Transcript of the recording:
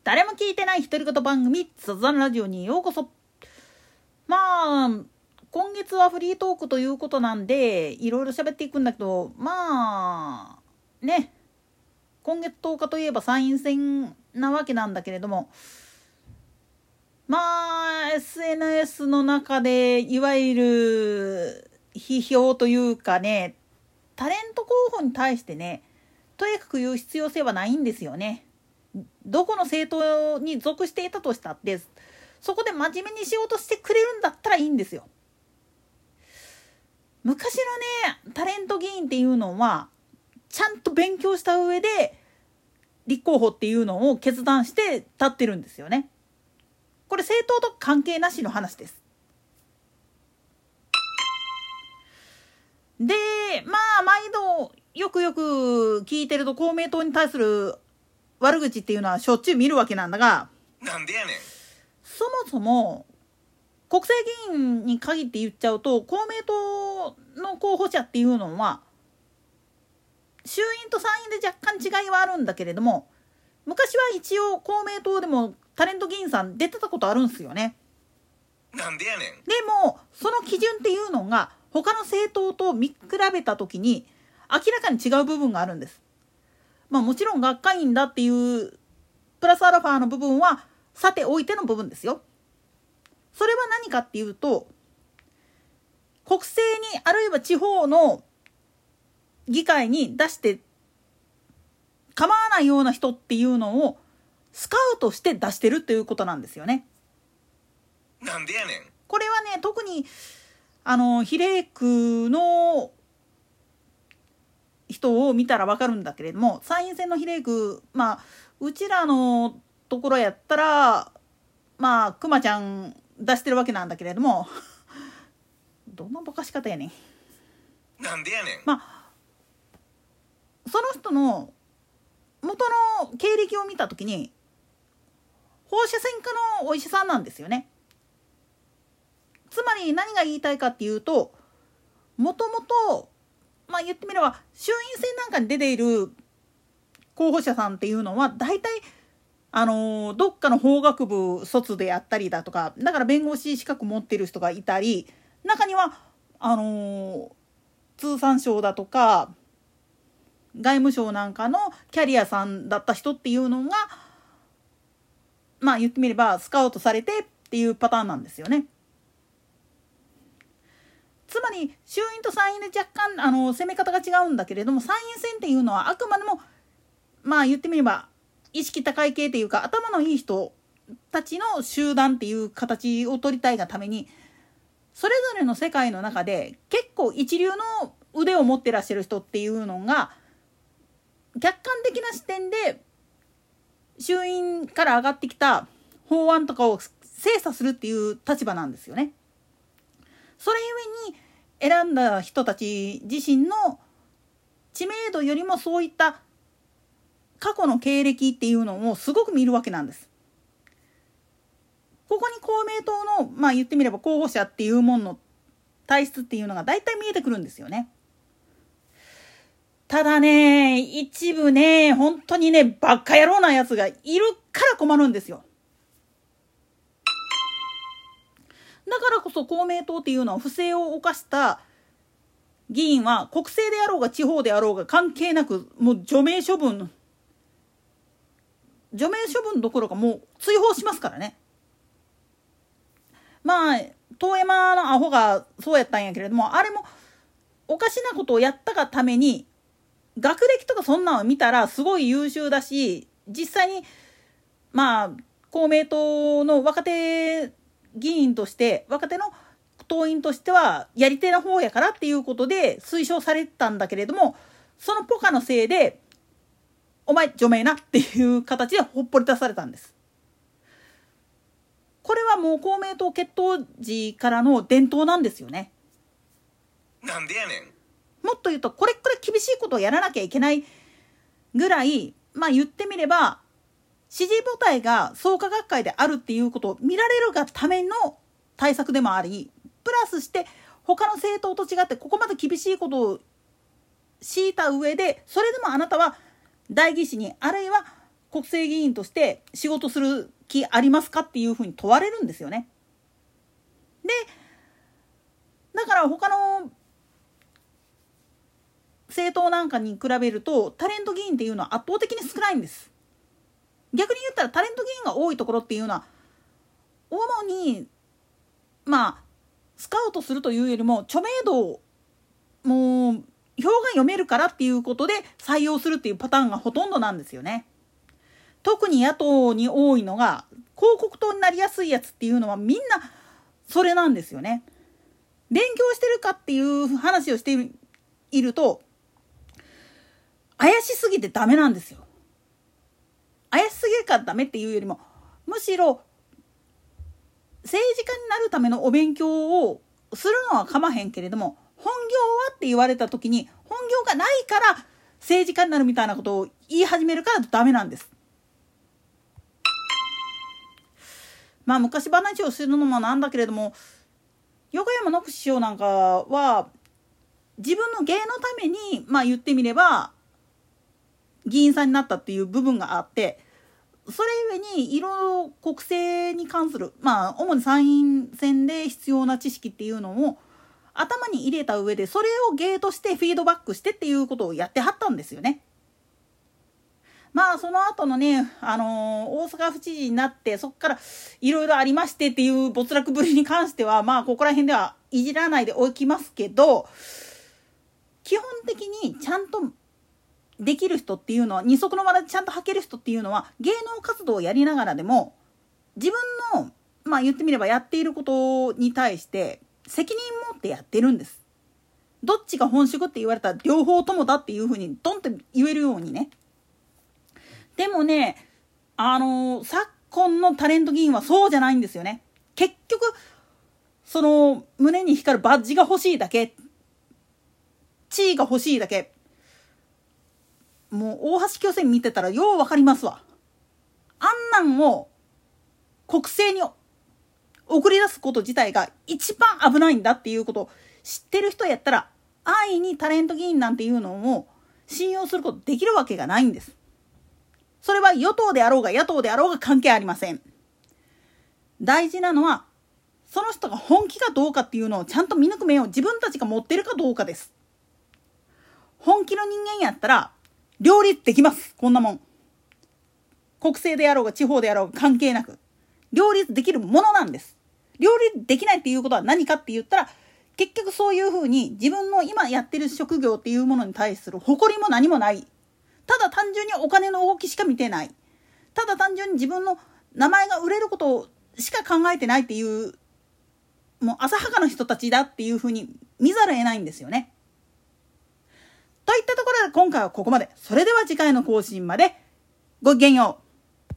誰も聞いてない独り言番組雑談ラジオにようこそ。今月はフリートークということなんでいろいろ喋っていくんだけど、今月10日といえば参院選なわけなんだけれども、SNS の中でいわゆる批評というかね、タレント候補に対してね、とやかく言う必要性はないんですよね。どこの政党に属していたとしたって、そこで真面目にしようとしてくれるんだったらいいんですよ。昔のねタレント議員っていうのはちゃんと勉強した上で立候補っていうのを決断して立ってるんですよね。これ政党と関係なしの話です。で毎度よく聞いてると公明党に対する悪口っていうのはしょっちゅう見るわけなんだが、 なんでやねん。 そもそも国政議員に限って言っちゃうと、公明党の候補者っていうのは衆院と参院で若干違いはあるんだけれども、昔は一応公明党でもタレント議員さん出てたことあるんですよね。 なんでやねん。 でもその基準っていうのが他の政党と見比べた時に明らかに違う部分があるんです。もちろん学会員だっていうプラスアルファの部分はさておいての部分ですよ。それは何かっていうと、国政にあるいは地方の議会に出して構わないような人っていうのをスカウトして出してるっていうことなんですよね。 なんでやねん。 これはね、特に比例区の人を見たら分かるんだけれども、参院選の比例区、うちらのところやったらくまちゃん出してるわけなんだけれどもどんなぼかし方やねん。 なんでやねん。 その人の元の経歴を見たときに放射線科のお医者さんなんですよね。つまり何が言いたいかっていうと、もともと言ってみれば衆院選なんかに出ている候補者さんっていうのは大体どっかの法学部卒であったりだとか、だから弁護士資格持ってる人がいたり、中には通産省だとか外務省なんかのキャリアさんだった人っていうのが言ってみればスカウトされてっていうパターンなんですよね。つまり衆院と参院で若干攻め方が違うんだけれども、参院選っていうのはあくまでも言ってみれば意識高い系っていうか頭のいい人たちの集団っていう形を取りたいがために、それぞれの世界の中で結構一流の腕を持ってらっしゃる人っていうのが客観的な視点で衆院から上がってきた法案とかを精査するっていう立場なんですよね。それゆえに選んだ人たち自身の知名度よりもそういった過去の経歴っていうのをすごく見るわけなんです。ここに公明党の言ってみれば候補者っていうものの体質っていうのが大体見えてくるんですよね。ただね、一部ね本当にねバッカ野郎なやつがいるから困るんですよ。だからこそ公明党っていうのは不正を犯した議員は国政であろうが地方であろうが関係なくもう除名処分どころかもう追放しますからね。遠山のアホがそうやったんやけれども、あれもおかしなことをやったがために学歴とかそんなのを見たらすごい優秀だし、実際に公明党の若手議員として若手の党員としてはやり手な方やからっていうことで推奨されたんだけれども、そのポカのせいでお前除名なっていう形でほっぽり出されたんです。これはもう公明党結党時からの伝統なんですよね。 なんでやねん。 もっと言うとこれくらい厳しいことをやらなきゃいけないぐらい言ってみれば支持母体が創価学会であるっていうことを見られるがための対策でもあり、プラスして他の政党と違ってここまで厳しいことを敷いた上で、それでもあなたは代議士にあるいは国政議員として仕事する気ありますかっていうふうに問われるんですよね。でだから他の政党なんかに比べるとタレント議員っていうのは圧倒的に少ないんです。逆に言ったらタレント議員が多いところっていうのは主にスカウトするというよりも著名度をもう票が読めるからっていうことで採用するっていうパターンがほとんどなんですよね。特に野党に多いのが広告塔になりやすいやつっていうのはみんなそれなんですよね。勉強してるかっていう話をしていると怪しすぎてダメなんですよ。怪しすぎるからダメっていうよりもむしろ政治家になるためのお勉強をするのは構わへんけれども本業はって言われた時に本業がないから政治家になるみたいなことを言い始めるからダメなんです。昔話をするのもなんだけれども横山ノック師匠なんかは自分の芸のために言ってみれば議員さんになったっていう部分があってそれゆえにいろいろ国政に関する主に参院選で必要な知識っていうのを頭に入れた上でそれを芸としてフィードバックしてっていうことをやってはったんですよね。その後のね、大阪府知事になってそこからいろいろありましてっていう没落ぶりに関してはここら辺ではいじらないでおきますけど基本的にちゃんとできる人っていうのは二足のわらでちゃんと履ける人っていうのは芸能活動をやりながらでも自分の言ってみればやっていることに対して責任持ってやってるんです。どっちが本職って言われたら両方ともだっていうふうにドンって言えるようにね。でもね昨今のタレント議員はそうじゃないんですよね。結局その胸に光るバッジが欲しいだけ地位が欲しいだけもう大橋巨泉見てたらようわかりますわ。あんなんを国政に送り出すこと自体が一番危ないんだっていうことを知ってる人やったら安易にタレント議員なんていうのを信用することできるわけがないんです。それは与党であろうが野党であろうが関係ありません。大事なのはその人が本気かどうかっていうのをちゃんと見抜く目を自分たちが持ってるかどうかです。本気の人間やったら両立できます。こんなもん国政であろうが地方であろうが関係なく両立できるものなんです。両立できないっていうことは何かって言ったら結局そういうふうに自分の今やってる職業っていうものに対する誇りも何もない。ただ単純にお金の動きしか見てない。ただ単純に自分の名前が売れることしか考えてないっていうもう浅はかな人たちだっていうふうに見ざるを得ないんですよね。といったところで今回はここまで。それでは次回の更新までごきげんよう。